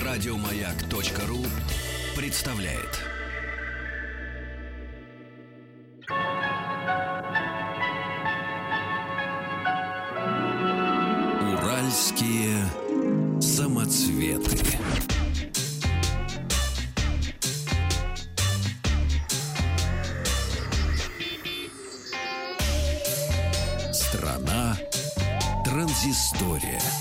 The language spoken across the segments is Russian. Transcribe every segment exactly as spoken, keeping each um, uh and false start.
Радиомаяк.ру представляет. Уральские самоцветы. Страна транзистория.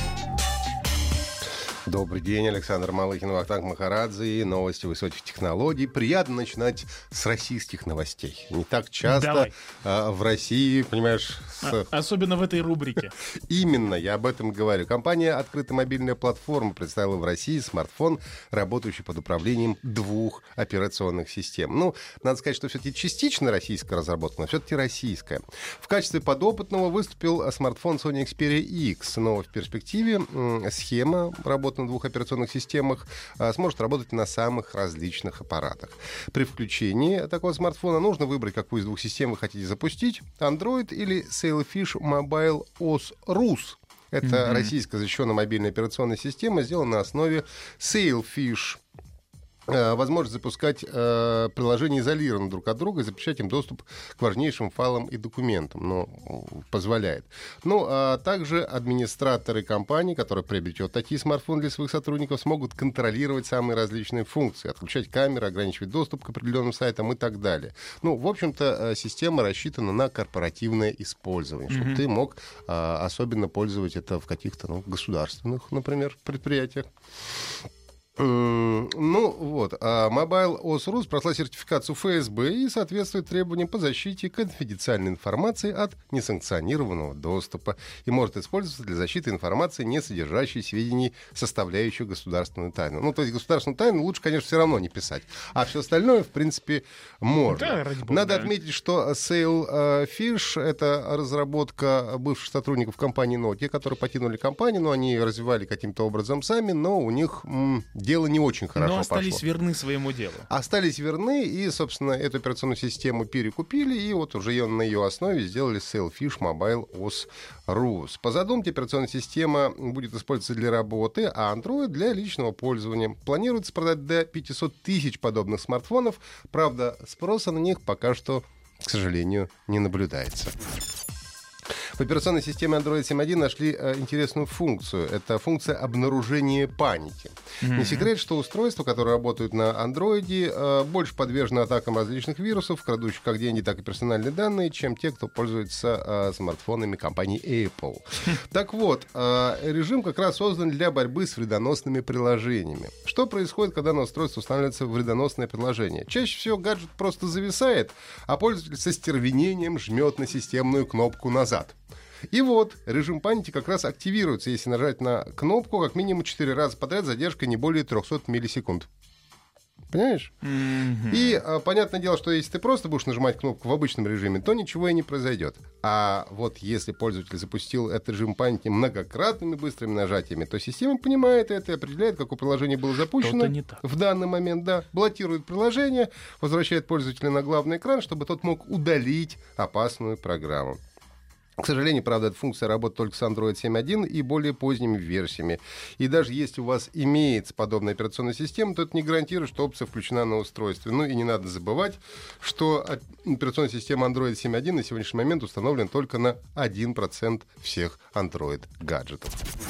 Добрый день, Александр Малыхин, Вахтанг Махарадзе и новости высоких технологий. Приятно начинать с российских новостей. Не так часто а, в России, понимаешь... С... А, особенно в этой рубрике. Именно, я об этом говорю. Компания «Открытая мобильная платформа» представила в России смартфон, работающий под управлением двух операционных систем. Ну, надо сказать, что все-таки частично российская разработка, но все-таки российская. В качестве подопытного выступил смартфон Sony Xperia X, но в перспективе м- схема работы на двух операционных системах а, сможет работать на самых различных аппаратах. При включении такого смартфона нужно выбрать, какую из двух систем вы хотите запустить: Android или Sailfish Mobile о эс рус. Это mm-hmm. российская защищенная мобильная операционная система, сделана на основе Sailfish. Возможность запускать э, приложения изолированно друг от друга и запрещать им доступ к важнейшим файлам и документам. Ну, позволяет. Ну, а также администраторы компании, которые приобретет такие смартфоны для своих сотрудников, смогут контролировать самые различные функции, отключать камеры, ограничивать доступ к определенным сайтам и так далее. Ну, в общем-то, система рассчитана на корпоративное использование, mm-hmm. чтобы ты мог э, особенно пользоваться это в каких-то ну, государственных, например, предприятиях. Ну вот, а Mobile о эс рус прошла сертификацию эф эс бэ и соответствует требованиям по защите конфиденциальной информации от несанкционированного доступа и может использоваться для защиты информации, не содержащей сведений, составляющих государственную тайну. Ну, то есть государственную тайну лучше, конечно, все равно не писать, а все остальное, в принципе, можно. Да, ради бога, Надо да. отметить, что Sailfish — это разработка бывших сотрудников компании Nokia, которые покинули компанию, но они развивали каким-то образом сами, но у них... М- дело не очень хорошо Но остались пошло. верны своему делу. Остались верны, и, собственно, эту операционную систему перекупили, и вот уже ее, на ее основе сделали Sailfish Mobile о эс рус. По задумке, операционная система будет использоваться для работы, а Android для личного пользования. Планируется продать до пятьсот тысяч подобных смартфонов, правда, спроса на них пока что, к сожалению, не наблюдается. В операционной системе Android семь точка один нашли э, интересную функцию. Это функция обнаружения паники. Mm-hmm. Не секрет, что устройства, которые работают на Android, э, больше подвержены атакам различных вирусов, крадущих как деньги, так и персональные данные, чем те, кто пользуется э, смартфонами компании Apple. Так вот, э, режим как раз создан для борьбы с вредоносными приложениями. Что происходит, когда на устройство устанавливается вредоносное приложение? Чаще всего гаджет просто зависает, а пользователь со стервенением жмет на системную кнопку «назад». И вот, режим паники как раз активируется, если нажать на кнопку как минимум четыре раза подряд, задержка не более триста миллисекунд. Понимаешь? Mm-hmm. И а, понятное дело, что если ты просто будешь нажимать кнопку в обычном режиме, то ничего и не произойдет. А вот если пользователь запустил этот режим паники многократными быстрыми нажатиями, то система понимает это и определяет, какое приложение было запущено в данный момент, да, блокирует приложение, возвращает пользователя на главный экран, чтобы тот мог удалить опасную программу. К сожалению, правда, эта функция работает только с Android семь точка один и более поздними версиями. И даже если у вас имеется подобная операционная система, то это не гарантирует, что опция включена на устройстве. Ну и не надо забывать, что операционная система Android семь точка один на сегодняшний момент установлена только на один процент всех Android-гаджетов.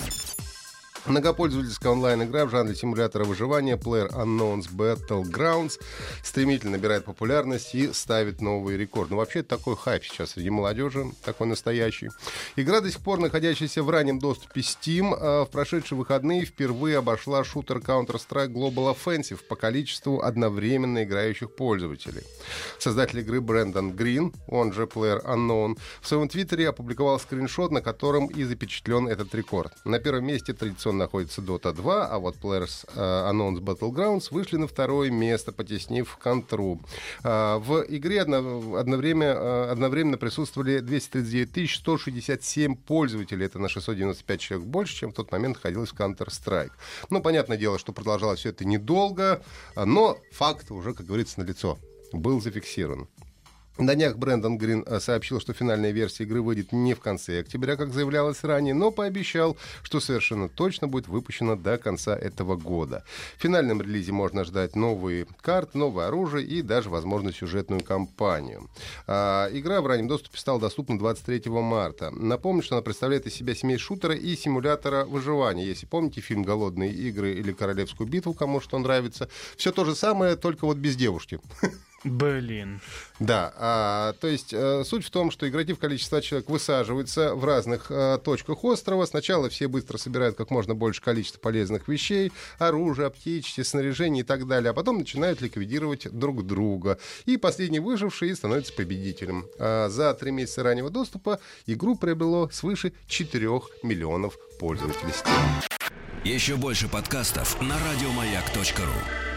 Многопользовательская онлайн-игра в жанре симулятора выживания PlayerUnknown's Battlegrounds стремительно набирает популярность и ставит новые рекорды. Ну, вообще, это такой хайп сейчас среди молодежи, такой настоящий. Игра, до сих пор находящаяся в раннем доступе Steam, в прошедшие выходные впервые обошла шутер Counter-Strike Global Offensive по количеству одновременно играющих пользователей. Создатель игры Брэндон Грин, он же PlayerUnknown, в своем твиттере опубликовал скриншот, на котором и запечатлен этот рекорд. На первом месте традиционно находится Дота два, а вот PlayerUnknown's Battlegrounds вышли на второе место, потеснив Контру. В игре одновременно, одновременно присутствовали двести тридцать девять тысяч сто шестьдесят семь пользователей. Это на шестьсот девяносто пять человек больше, чем в тот момент находилось в Counter-Strike. Ну, понятное дело, что продолжалось все это недолго, но факт уже, как говорится, налицо. Был зафиксирован. На днях Брэндон Грин сообщил, что финальная версия игры выйдет не в конце октября, как заявлялось ранее, но пообещал, что совершенно точно будет выпущена до конца этого года. В финальном релизе можно ждать новые карты, новое оружие и даже, возможно, сюжетную кампанию. А, игра в раннем доступе стала доступна двадцать третьего марта. Напомню, что она представляет из себя смесь шутера и симулятора выживания. Если помните фильм «Голодные игры» или «Королевскую битву», кому что нравится, все то же самое, только вот без девушки. Блин. Да, а, то есть а, суть в том, что игроки в количестве человек высаживаются в разных а, точках острова. Сначала все быстро собирают как можно больше количества полезных вещей, оружия, аптечки, снаряжения и так далее, а потом начинают ликвидировать друг друга. И последний выживший становится победителем. А за три месяца раннего доступа игру приобрело свыше четырёх миллионов пользователей Steam. Еще больше подкастов на радиомаяк точка ру.